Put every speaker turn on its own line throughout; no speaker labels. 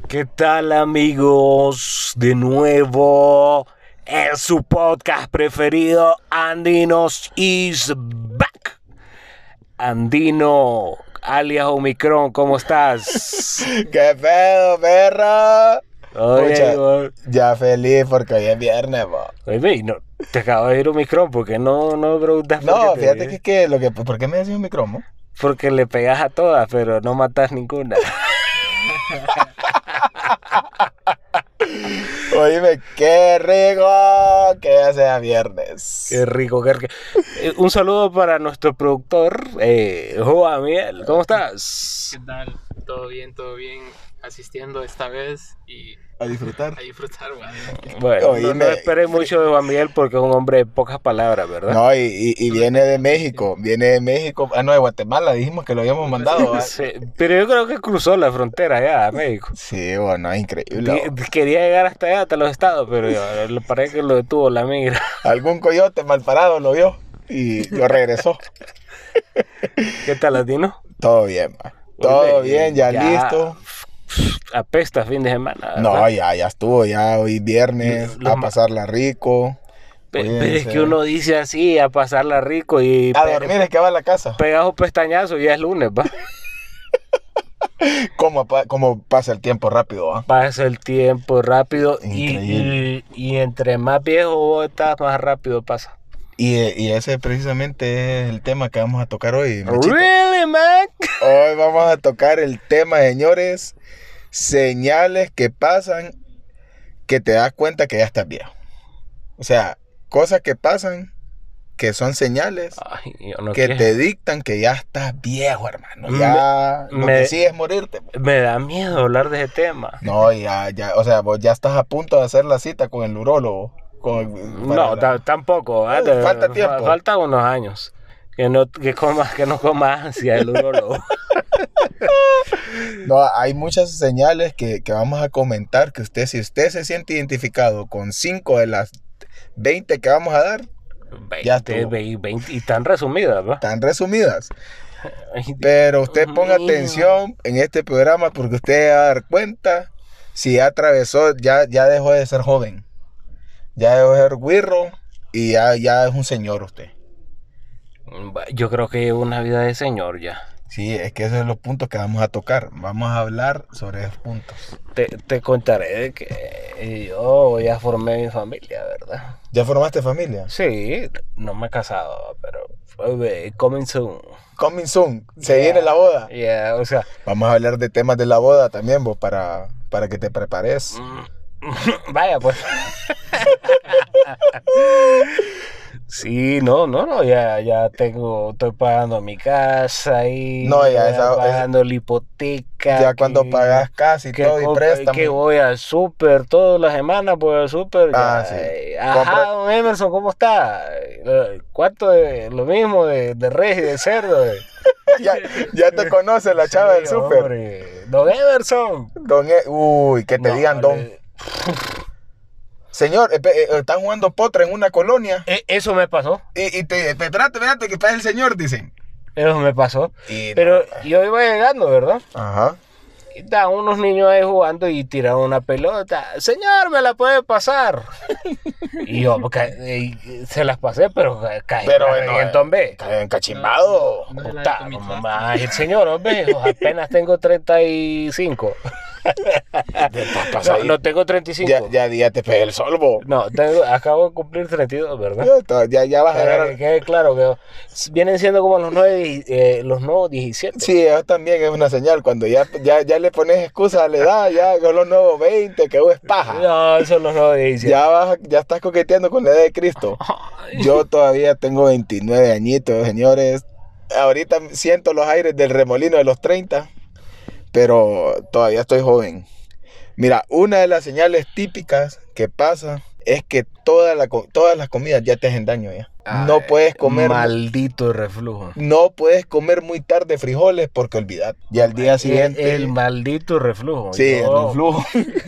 ¿Qué tal, amigos? De nuevo en su podcast preferido, Andinos is back. Andino, alias Omicron, ¿cómo estás?
¡Qué pedo, perro!
Oye,
ya feliz porque hoy es viernes, bo.
oye, no, te acabo de ir Omicron porque no me preguntas por
No,
qué
fíjate que ¿por qué me decís un micromo?
Porque le pegas a todas, pero no matas ninguna.
Oíme, qué rico que ya sea viernes.
Qué rico, qué rico. Un saludo para nuestro productor, Juan Miel. ¿Cómo estás?
¿Qué tal? Todo bien, asistiendo esta vez y
A disfrutar.
a disfrutar, güey.
Bueno,
Oíme,
no esperé mucho de Juan Miguel porque es un hombre de pocas palabras, ¿verdad?
No, y viene de México. Viene de México. Ah, no, de Guatemala. Dijimos que lo habíamos mandado. ¿Va?
Sí, pero yo creo que cruzó la frontera ya a México.
Sí, bueno, es increíble.
Quería llegar hasta allá, hasta los estados, pero le parece que lo detuvo la migra.
Algún coyote mal parado lo vio y lo regresó.
¿Qué tal, Latino?
Todo bien, ma. Todo
Oye,
bien, ya listo.
Apesta fin de semana, ¿verdad?
No, ya estuvo, ya hoy viernes,
Los
a pasarla rico.
Pero es
Cuídense.
que uno dice así, a pasarla rico y
A dormir es que va a la casa.
pegas un pestañazo y ya es lunes, va.
¿Cómo pasa el tiempo rápido, ah?
Pasa el tiempo rápido
Increíble.
y entre más viejo vos estás, más rápido pasa.
Y ese precisamente es el tema que vamos a tocar hoy, machito.
Really, man?
Hoy vamos a tocar el tema, señores, señales que pasan que te das cuenta que ya estás viejo. O sea, cosas que pasan que son señales
Ay, yo no
que
quiero.
te dictan que ya estás viejo, hermano. Ya lo que sigue es morirte.
Me da miedo hablar de ese tema.
No, ya, o sea, vos ya estás a punto de hacer la cita con el urólogo.
No, tampoco. ¿Verdad?
Falta tiempo.
Falta unos años. Que no coma ansia el urólogo.
No, hay muchas señales que vamos a comentar que si usted se siente identificado con 5 de las 20 que vamos a dar, ya
20 y tan resumidas, ¿no?
están resumidas. Pero usted ponga atención en este programa porque usted va a dar cuenta si ya atravesó, ya dejó de ser joven. Ya dejó de ser güirro y ya es un señor usted.
Yo creo que llevo una vida de señor ya.
Sí, es que esos son los puntos que vamos a tocar. Vamos a hablar sobre esos puntos.
Te contaré de que yo ya formé mi familia, ¿verdad?
¿Ya formaste familia?
Sí, no me he casado, pero coming soon.
Coming soon. Se viene la boda.
Yeah, o sea,
Vamos a hablar de temas de la boda también, vos, para que te prepares.
vaya pues. Sí, no, ya estoy pagando mi casa y
No, ya
pagando la hipoteca.
Ya cuando pagas casi todo y préstamo.
Que voy al súper todas las semanas, voy al súper.
Ah,
ya,
sí.
Ajá, don Emerson, ¿cómo está? ¿Cuánto de lo mismo de res y de cerdo?
ya te conoce la chava
Sí,
del súper.
hombre. Don Emerson.
Uy, que te
No,
digan don. Señor, están jugando potra en una colonia.
Eso me pasó.
Y espérate, que está el señor, dicen.
Eso me pasó.
Y
Pero yo iba llegando, ¿verdad?
Ajá.
Y estaban unos niños ahí jugando y tiraron una pelota. Señor, ¿me la puede pasar? Y yo se las pasé, pero caí.
Pero
en tombe.
Encachimbado.
No se la
Puta,
decomisaste.
como más el señor, hombre, apenas tengo 35. No tengo 35.
Ya te pegué el sol, bo.
No, acabo de cumplir 32, ¿verdad?
Ya vas a
Para
agarrar.
que quede claro que vienen siendo como los nuevos 17.
Sí, eso también es una señal. Cuando ya le pones excusa a la edad, ya con los nuevos 20, que es paja.
No, son los nuevos 17.
Ya estás coqueteando con la edad de Cristo. Yo todavía tengo 29 añitos, señores. Ahorita siento los aires del remolino de los 30, pero todavía estoy joven. Mira, una de las señales típicas que pasa es que todas las comidas ya te hacen daño ya. No puedes comer.
Maldito reflujo.
No puedes comer muy tarde frijoles porque olvidate. Y al día siguiente.
El maldito reflujo.
Sí, el reflujo.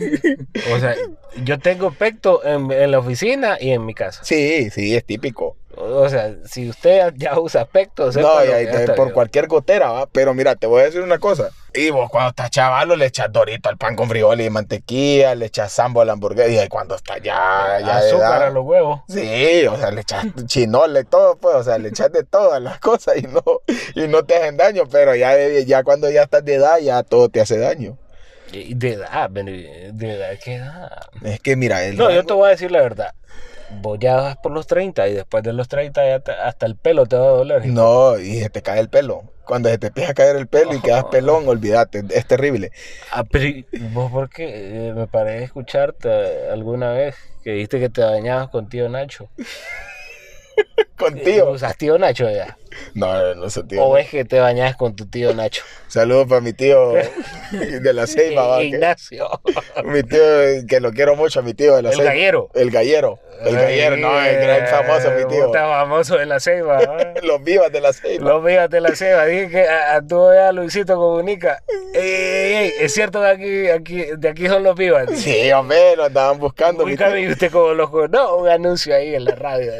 O sea, yo tengo pecto en la oficina y en mi casa.
Sí, es típico.
O sea, si usted ya usa aspecto, sepa
No,
lo
y
que
ahí
ya está
por
bien.
cualquier gotera, ¿va? Pero mira, te voy a decir una cosa. Y vos cuando estás chavalo le echas dorito al pan con frijoles y mantequilla, le echas sambo a la hamburguesa. Y ahí cuando estás ya de
Azúcar
edad,
a los huevos.
sí, o sea, le echas chinole, todo, pues, o sea, le echas de todas las cosas y no te hacen daño, pero ya cuando ya estás de edad, ya todo te hace daño.
Y de edad, de edad, ¿qué edad?
Es que mira,
No, yo te voy a decir la verdad. Vos ya vas por los 30 y después de los 30 ya hasta el pelo te va a doler.
No, y se te cae el pelo. Cuando se te empieza a caer el pelo y quedas pelón, olvídate, es terrible.
Ah, pero vos porque me paré de escucharte alguna vez que dijiste que te bañabas con tío Nacho.
Contigo.
¿Usas tío Nacho ya?
No sé, tío.
¿O es que te bañabas con tu tío Nacho?
Saludos para mi tío de la Ceiba, va,
Ignacio.
mi tío, que lo quiero mucho, mi tío de la
El
Ceiba.
gallero.
El gallero. El gallero, no, el gran famoso, mi tío.
Está famoso de la Ceiba.
Los vivas de la Ceiba.
Los vivas de la Ceiba. Dije que anduvo ya Luisito Comunica. Ey, es cierto que de aquí son los vivas.
Sí, hombre, lo andaban buscando. mi
Nunca
tío.
vi usted como los... No, un anuncio ahí en la radio.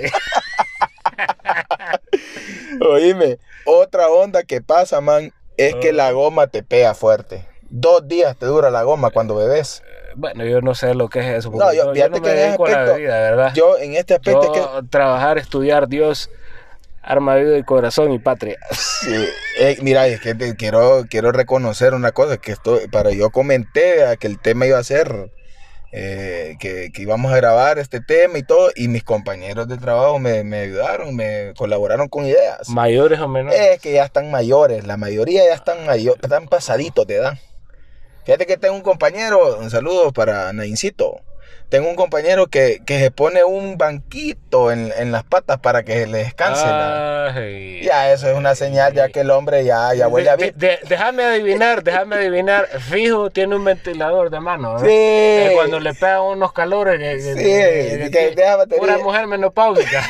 Oíme, otra onda que pasa, man, es que la goma te pega fuerte. 2 días te dura la goma cuando bebes.
Bueno, yo no sé lo que es eso.
No, yo,
Yo
fíjate
no
que
me
en ese
dedico a la
aspecto,
bebida, ¿verdad?
yo en este aspecto es que...
Yo trabajar, estudiar, Dios, arma, vida y corazón y patria.
Sí, mira, es que quiero reconocer una cosa, que yo comenté que el tema iba a ser, que íbamos a grabar este tema y todo, y mis compañeros de trabajo me ayudaron, me colaboraron con ideas.
Mayores o menores.
Es que ya están mayores, la mayoría ya están pasaditos de edad. Fíjate que tengo un compañero, un saludo para Naincito. Tengo un compañero que se pone un banquito en las patas para que le descanse.
Ay.
Ya eso es una señal ya que el hombre ya huele a vida.
Déjame adivinar. Fijo, tiene un ventilador de mano. ¿no?
Sí.
Cuando le pegan unos calores.
Que deja batería.
Pura mujer menopáusica.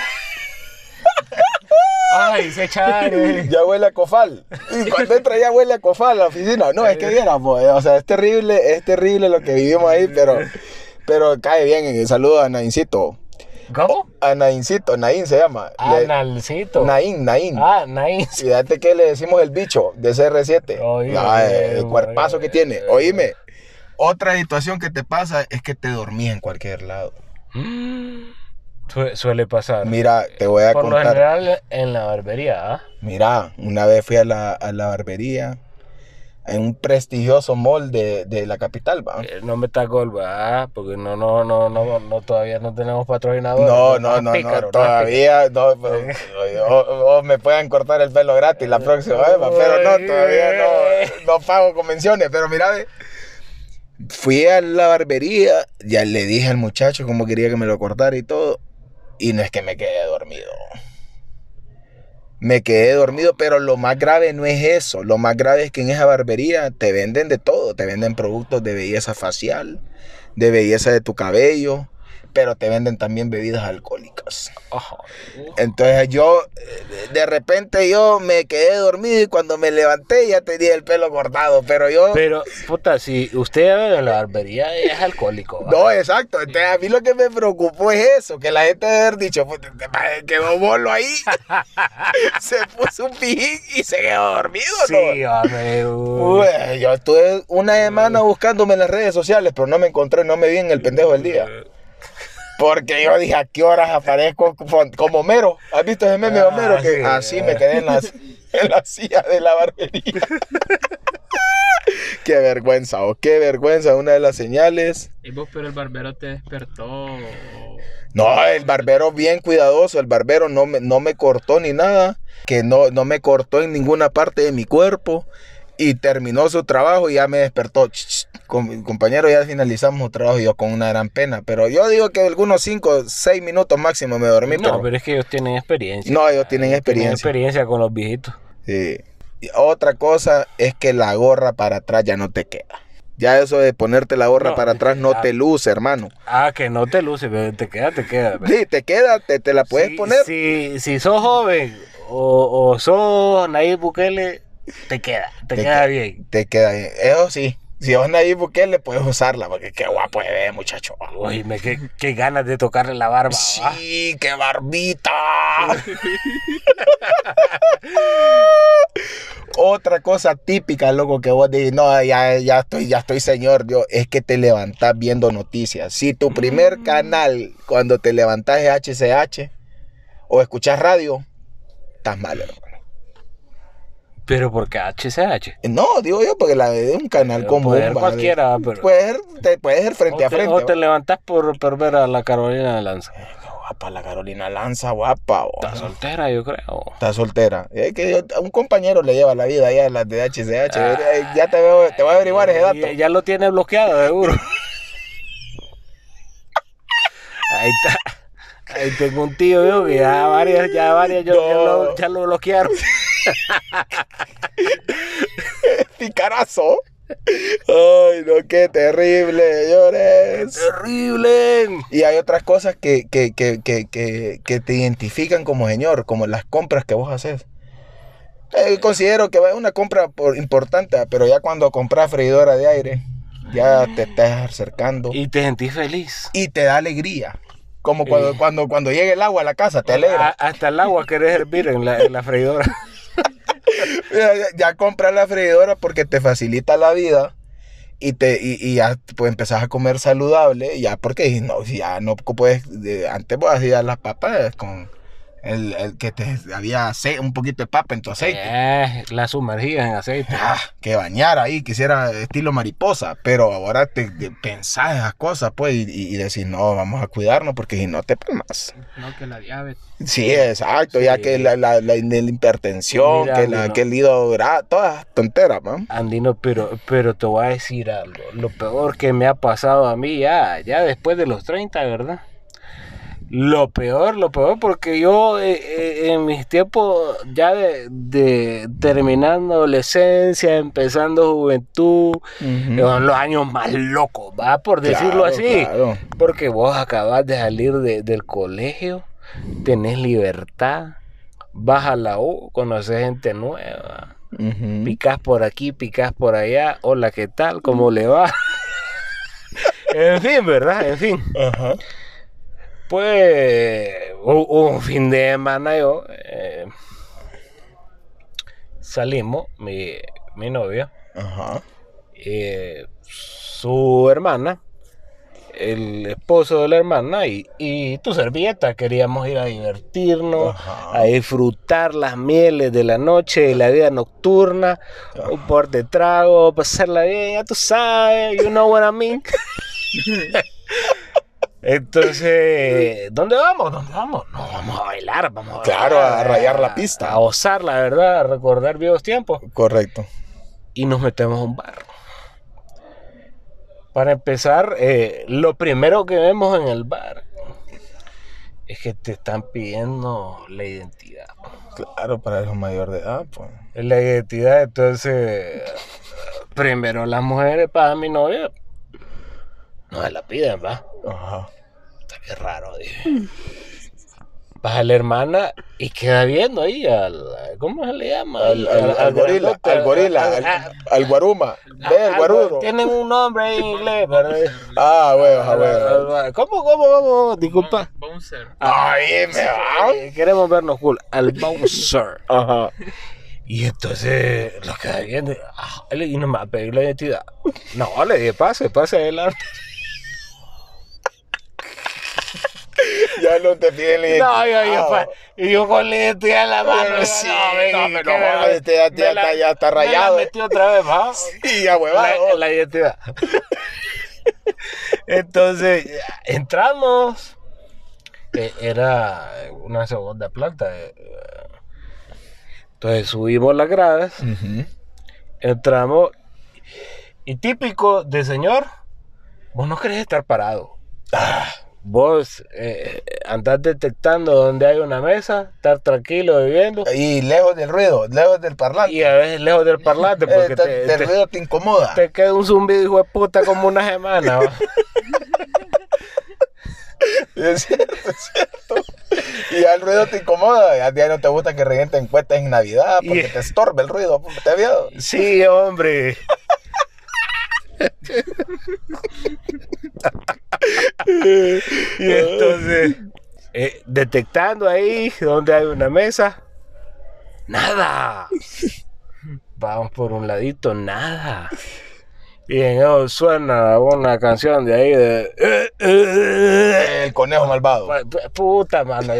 Ay, se echa aire.
Ya huele a cofal. Y cuando entra ya huele a cofal a la oficina. No, es que viéramos, o sea, es terrible lo que vivimos ahí, pero cae bien. Saludo a Naincito.
¿Cómo?
A Naincito, Naín se llama.
Analcito.
Naín.
Ah, nice.
Fíjate que le decimos el bicho de CR7. El cuerpazo que tiene. Oíme, otra situación que te pasa es que te dormís en cualquier lado.
Suele pasar.
Mira, te voy a
Por lo
contar.
general en la barbería, ¿ah?
Mira, una vez fui a la barbería en un prestigioso mall de la capital, ¿va?
No me gol, ¿va? Porque no, todavía no tenemos patrocinadores.
No, todavía no, o me puedan cortar el pelo gratis la próxima vez, ¿va? Pero no, todavía no pago convenciones, pero mira, fui a la barbería, ya le dije al muchacho cómo quería que me lo cortara y todo, y no es que me quedé dormido. Me quedé dormido, pero lo más grave no es eso. Lo más grave es que en esa barbería te venden de todo. Te venden productos de belleza facial, de belleza de tu cabello, pero te venden también bebidas alcohólicas. Entonces de repente yo me quedé dormido y cuando me levanté ya tenía el pelo cortado, pero,
puta, si usted bebe en la barbería es alcohólico. ¿Va?
No, exacto. Entonces a mí lo que me preocupó es eso, que la gente debe haber dicho, pues, quedó bolo ahí, se puso un pijín y se quedó dormido,
sí,
¿no?
Hombre,
yo estuve una semana buscándome en las redes sociales, pero no me encontré, no me vi en el pendejo del día. Porque yo dije, ¿a qué horas aparezco como Homero? ¿Has visto ese meme de Homero? Que
sí,
así me quedé en la silla de la barbería. Qué vergüenza, una de las señales.
Y vos, pero el barbero te despertó.
No, el barbero bien cuidadoso, el barbero no me cortó ni nada, que no me cortó en ninguna parte de mi cuerpo. Y terminó su trabajo y ya me despertó. Compañero, ya finalizamos el trabajo y yo con una gran pena. Pero yo digo que algunos 5, 6 minutos máximo me dormí.
No, pero es que ellos tienen experiencia.
No, ellos tienen experiencia.
Tienen experiencia con los viejitos.
Sí. Y otra cosa es que la gorra para atrás ya no te queda. Ya eso de ponerte la gorra para atrás no te luce, hermano.
Que no te luce, pero te queda.
Sí, te queda, te la puedes poner.
Si sos joven o sos Nayib Bukele, te queda bien.
Te queda bien. Eso sí, Si vas Nayib Bukele, puedes usarla, porque qué guapo se ve, muchacho.
Oíme, qué ganas de tocarle la barba. ¿Va?
Sí, qué barbita. Otra cosa típica, loco, que vos dices, no, ya estoy señor, yo, es que te levantás viendo noticias. Si tu primer canal, cuando te levantás es HCH, o escuchas radio, estás mal, hermano.
Pero porque HCH.
No, digo yo, porque la de un canal común.
Puede ser cualquiera, pero...
Puede ser frente a frente.
O te levantás por ver a la Carolina de Lanza.
Guapa, la Carolina Lanza, guapa.
Está soltera, yo creo.
Está soltera. Es que a un compañero le lleva la vida allá a las de HCH. Ya te voy a averiguar ese dato.
Ya lo tiene bloqueado, seguro. Ahí está. Ahí tengo un tío, yo, que ya varias ya lo bloquearon.
Picarazo. Ay, no, qué terrible, señores.
Terrible.
Y hay otras cosas que te identifican como señor, como las compras que vos haces. Considero que es una compra importante, pero ya cuando compras freidora de aire, ya te estás acercando.
Y te sentís feliz.
Y te da alegría. Como cuando llega el agua a la casa, te alegra.
Hasta el agua querés hervir en la freidora.
Ya compras la freidora porque te facilita la vida y ya pues empezás a comer saludable, ya porque ya no puedes, antes vos hacías las papas con el que te había un poquito de papa en tu aceite.
La sumergías en aceite.
Que bañara ahí, quisiera estilo mariposa, pero ahora te pensás esas cosas pues y decís, no, vamos a cuidarnos porque si no te palmas.
No, que la diabetes.
Sí, exacto, sí. Ya que la hipertensión, mira, que el hígado grasa, todas tonteras, ¿no?
Andino, pero te voy a decir algo. Lo peor que me ha pasado a mí ya después de los 30, ¿verdad? Lo peor, porque yo en mis tiempos ya de terminando adolescencia, empezando juventud, son los años más locos, ¿va? Por decirlo así. Claro. Porque vos acabas de salir del colegio, tenés libertad, vas a la U, conoces gente nueva, picás por aquí, picás por allá, hola, ¿qué tal? ¿Cómo le va? En fin, ¿verdad? En fin.
Ajá.
Pues un fin de semana salimos, mi novia, su hermana, el esposo de la hermana y tu servilleta. Queríamos ir a divertirnos, a disfrutar las mieles de la noche, de la vida nocturna, un par de tragos, pasarla bien, ya tú sabes, you know what I mean. Entonces, ¿dónde vamos? No, vamos a bailar,
claro, a rayar la pista,
a gozar, la verdad, a recordar viejos tiempos.
Correcto.
Y nos metemos a un bar. Para empezar, lo primero que vemos en el bar es que te están pidiendo la identidad.
Claro, para los mayores de edad, pues.
La identidad, entonces, primero las mujeres para mi novia no se la piden, ¿va?
Ajá.
Está bien raro, dije. Baja la hermana y queda viendo ahí ¿cómo se le llama?
Al gorila, al guaruma, el guarudo.
Tienen un nombre ahí en inglés, ¿verdad?
Bueno.
¿Cómo? Disculpa.
Bouncer.
Ay, me va.
Queremos vernos cool. Al bouncer.
Ajá.
Y entonces lo queda viendo y no me va a pedir la identidad. No, le dije, pase adelante.
Ya no te piden la identidad.
yo con la identidad en la mano.
Sí, ya está rayado.
Me la metí otra vez, ¿va?
Sí, ya huevado.
La identidad. Entonces, entramos. Era una segunda planta. Entonces subimos las gradas. Entramos. Y típico de señor, vos no querés estar parado. Vos andás detectando donde hay una mesa, estar tranquilo bebiendo.
Y lejos del ruido, lejos del parlante.
Y a veces lejos del parlante porque
el ruido te incomoda.
Te queda un zumbido hijo de puta como una semana.
Es cierto. Y ya el ruido te incomoda. Ya no te gusta que revienten cuentas en Navidad porque te estorba el ruido. ¿Te vio?
Sí, hombre. Y entonces, detectando ahí donde hay una mesa, nada. Vamos por un ladito, nada. Y en eso suena una canción de ahí de...
El conejo malvado.
Puta, mano.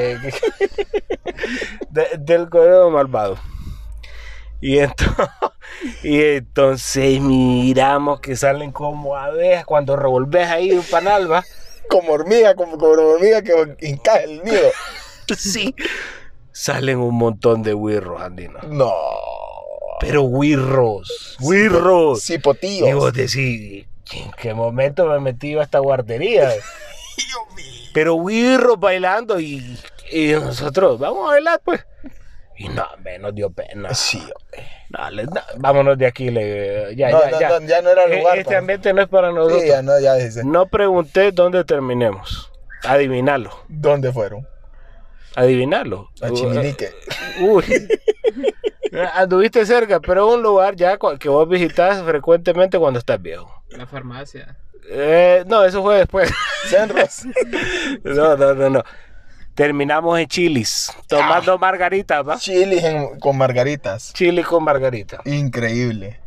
Del conejo malvado. Y entonces miramos que salen como abejas cuando revolves ahí un panal, ¿va?
Como hormiga, como hormiga que encaja el nido.
Sí. Salen un montón de güirros andinos.
No.
Pero güirros.
Sí, potillos.
Y vos decís, ¿en qué momento me metí a esta guardería? Pero güirros bailando y nosotros, vamos a bailar, pues. Y no, nos dio pena.
Sí, hombre.
Dale, vámonos de aquí. Ya
no era el lugar.
Este ambiente no es para nosotros.
Sí, ya dice.
No pregunté dónde terminemos. Adivinarlo.
¿Dónde fueron?
Adivinarlo.
A Chiminique.
Uy. Anduviste cerca, pero un lugar ya que vos visitas frecuentemente cuando estás viejo.
La farmacia.
No, eso fue después.
Senros.
No. Terminamos en Chili's, tomando margaritas, ¿va?
Chilis con margaritas.
Chili con margarita.
Increíble.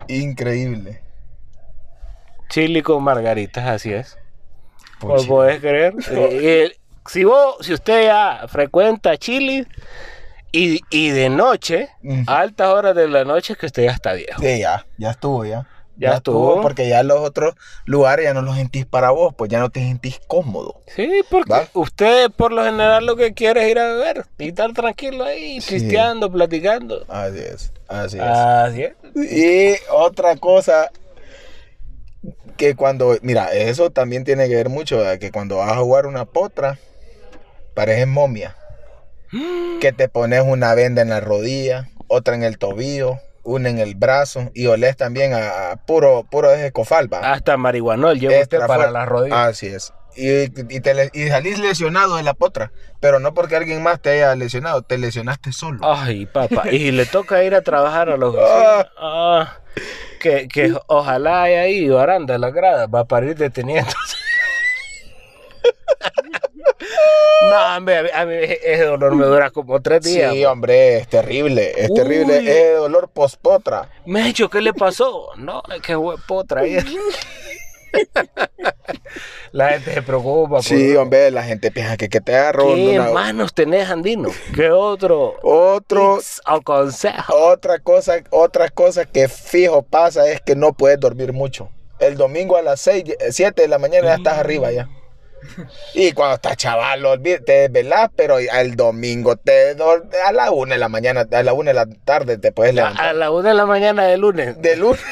Chili con margaritas, así es.
Puchi.
¿Podés creer? Si usted ya frecuenta Chili y de noche, a altas horas de la noche, que usted ya está viejo.
Sí, ya estuvo.
Ya estuvo.
Porque ya los otros lugares ya no los sentís para vos, pues ya no te sentís cómodo.
Sí, porque
¿va?
Usted por lo general lo que quiere es ir a beber y estar tranquilo ahí, chisteando, platicando.
Así es.
Así es.
Y otra cosa que mira, eso también tiene que ver mucho, que cuando vas a jugar una potra, pareces momia. Que te pones una venda en la rodilla, otra en el tobillo, una en el brazo y olés también a puro de cofal, ¿va?
Hasta marihuanol lleva usted para las rodillas.
Así es. Y salís lesionado de la potra, pero no porque alguien más te haya lesionado, te lesionaste solo.
Ay, papá, y le toca ir a trabajar a los que ojalá haya ahí baranda en la grada va para ir deteniéndose. No, hombre, a mí ese dolor me dura como 3 días.
Sí, hombre, es terrible, terrible. Es dolor post-potra.
Mecho, ¿qué le pasó? No, es que fue potra ayer. La gente se preocupa.
Sí, hombre, la gente piensa que te agarró.
¿Qué manos tenés, Andino? ¿Qué otro tips o consejo?
Otra cosa que fijo pasa es que no puedes dormir mucho. El domingo a las 7 de la mañana ya estás arriba ya. Y cuando estás chaval, te desvelás, pero el domingo a la 1 de la mañana, a la 1 de la tarde te puedes levantar.
A la 1 de la mañana de lunes.
De lunes.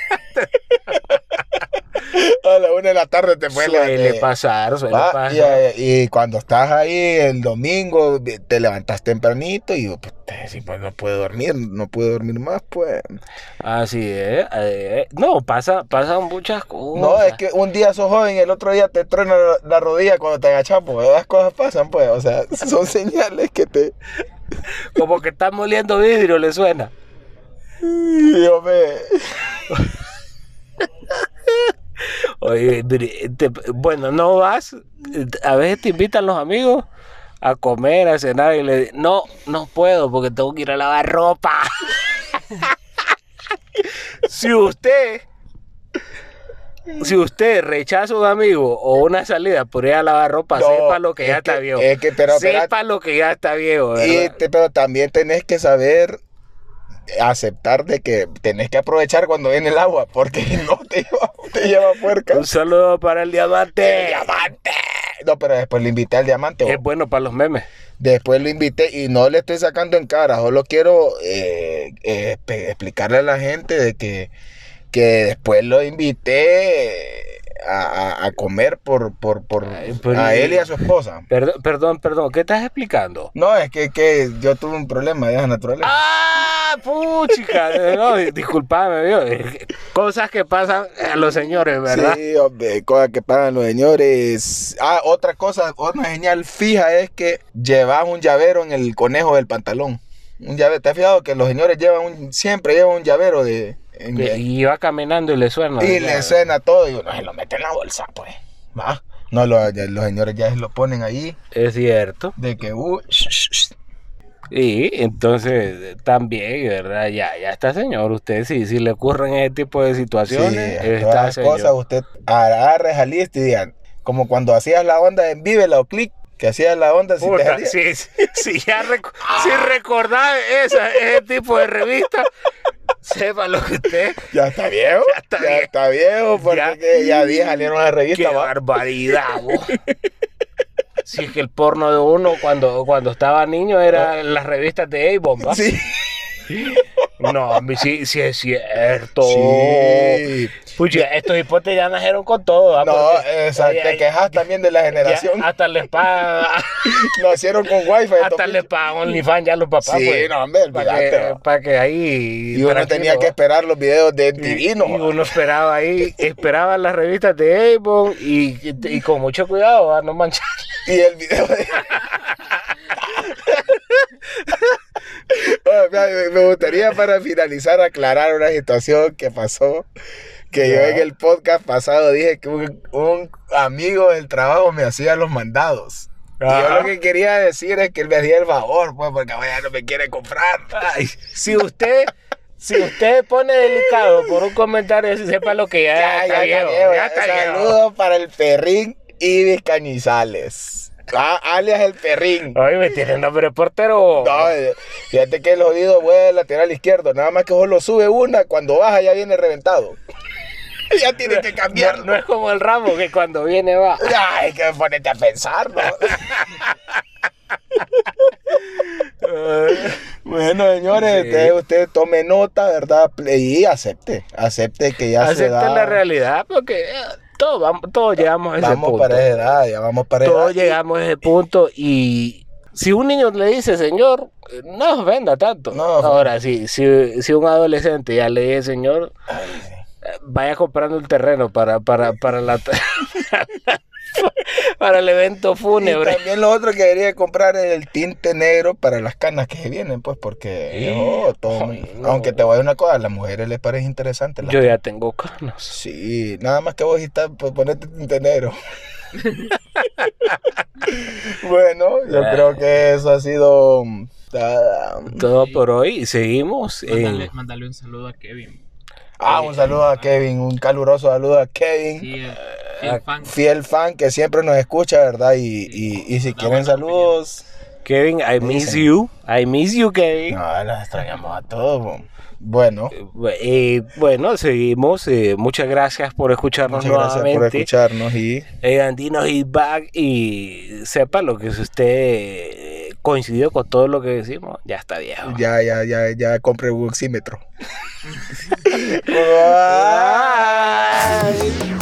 A la 1 de la tarde te puedes levantar.
Suele pasar.
Y cuando estás ahí el domingo, te levantas tempranito y pues no puedo dormir más, pues.
Así es. No, pasan muchas cosas.
No, es que un día sos joven y el otro día te truena la rodilla cuando te agachas, pues esas cosas pasan, pues. O sea, son señales que te...
Como que estás moliendo vidrio, le suena.
Dios mío.
Oye, bueno, no vas, a veces te invitan los amigos a comer, a cenar y le dicen, no puedo porque tengo que ir a lavar ropa. Si usted rechaza a un amigo o una salida por ir a lavar ropa, sepa lo que ya está viejo. Sepa lo que ya está viejo, ¿verdad?
Pero también tenés que saber aceptar de que tenés que aprovechar cuando viene el agua, porque no te lleva puerca.
Un saludo para el diamante.
¡El diamante! No, pero después le invité al diamante.
Es bueno para los memes.
Después lo invité y no le estoy sacando en cara, solo quiero explicarle a la gente de que después lo invité a comer por a él y a su esposa.
Perdón, ¿qué estás explicando?
No, es que yo tuve un problema de esa naturaleza.
Puchica, no, disculpame, cosas que pasan a los señores, ¿verdad?
Sí, hombre, cosas que pasan a los señores. Otra cosa, otra señal fija es que llevas un llavero en el conejo del pantalón. Un llavero, ¿te has fijado que los señores siempre llevan un llavero
Y va caminando y le suena.
Y le suena todo y uno se lo mete en la bolsa, pues. ¿Va? No, los señores ya se lo ponen ahí.
Es cierto.
De que,
Y entonces también, ¿verdad? Ya está, señor. Usted si le ocurren ese tipo de situaciones, está,
todas
señor.
cosas usted agarre esa lista y digan, como cuando hacías la onda en Vívela o Click, que hacías la onda si
Puta,
te
si recordás ese tipo de revista, sepa lo que usted.
Ya está viejo. Ya está viejo, porque ya 10 salieron a la revista.
¡Qué barbaridad, vos! Si es que el porno de uno cuando estaba niño era las revistas de Avon, ¿va?
Sí.
No, sí es cierto.
Sí.
Pucha, estos hipotes ya nacieron con todo, ¿va?
No,
Porque,
exacto. Te quejas también de la generación.
ya hasta les pagan.
Nacieron con wifi.
Hasta les pagan OnlyFans ya los papás,
Sí,
pues.
no, hombre, olvídate.
Para que ahí.
Y uno tenía que esperar los videos de Divino.
Y uno esperaba ahí, esperaba las revistas de Avon y con mucho cuidado, a no manchar.
Y el video de... Me gustaría para finalizar aclarar una situación que pasó, que yo en el podcast pasado dije que un amigo del trabajo me hacía los mandados. Y yo lo que quería decir es que él me hacía el favor, pues, porque ya no me quiere comprar.
Ay, si usted pone delicado por un comentario, sepa lo que ya está viejo.
Saludos para el Perrín Ibis Cañizales. Alias el Perrín.
Ay, me tiene nombre de portero.
No, fíjate que el jodido vuelve lateral izquierdo. Nada más que vos lo sube una, cuando baja ya viene reventado. Ya tiene que cambiarlo.
No es como el Ramo que cuando viene va.
Ay, que ponete a pensar, ¿no? Bueno, señores,
Sí.
usted tome nota, ¿verdad? Y acepte que ya se da.
Acepten la realidad porque todos llegamos a ese punto.
Vamos para esa edad, ya vamos para esa edad.
Todos llegamos a ese punto y si un niño le dice, señor, no ofenda tanto.
No.
Ahora, si un adolescente ya le dice, señor,
Ay, sí.
vaya comprando el terreno para para el evento
Y
fúnebre.
también lo otro que debería comprar es el tinte negro para las canas que se vienen, pues, porque aunque te voy a decir una cosa, a las mujeres les parece interesante.
Yo ya tengo canas.
Sí, nada más que vos estás, pues ponete tinte negro. Bueno, yo creo que eso ha sido
Todo por hoy. Seguimos.
Mándale un saludo a Kevin.
un saludo a Kevin, un caluroso saludo a Kevin.
Sí, fiel fan.
Fiel fan que siempre nos escucha, ¿verdad? Y si quieren saludos.
Kevin, I miss you. I miss you, Kevin.
No, los extrañamos a todos. Bueno,
Bueno, seguimos. Muchas gracias por escucharnos
muchas gracias
nuevamente.
por escucharnos y
Andino is back y sepa lo que si usted coincidió con todo lo que decimos, ya está viejo.
ya compré el oxímetro.
Bye.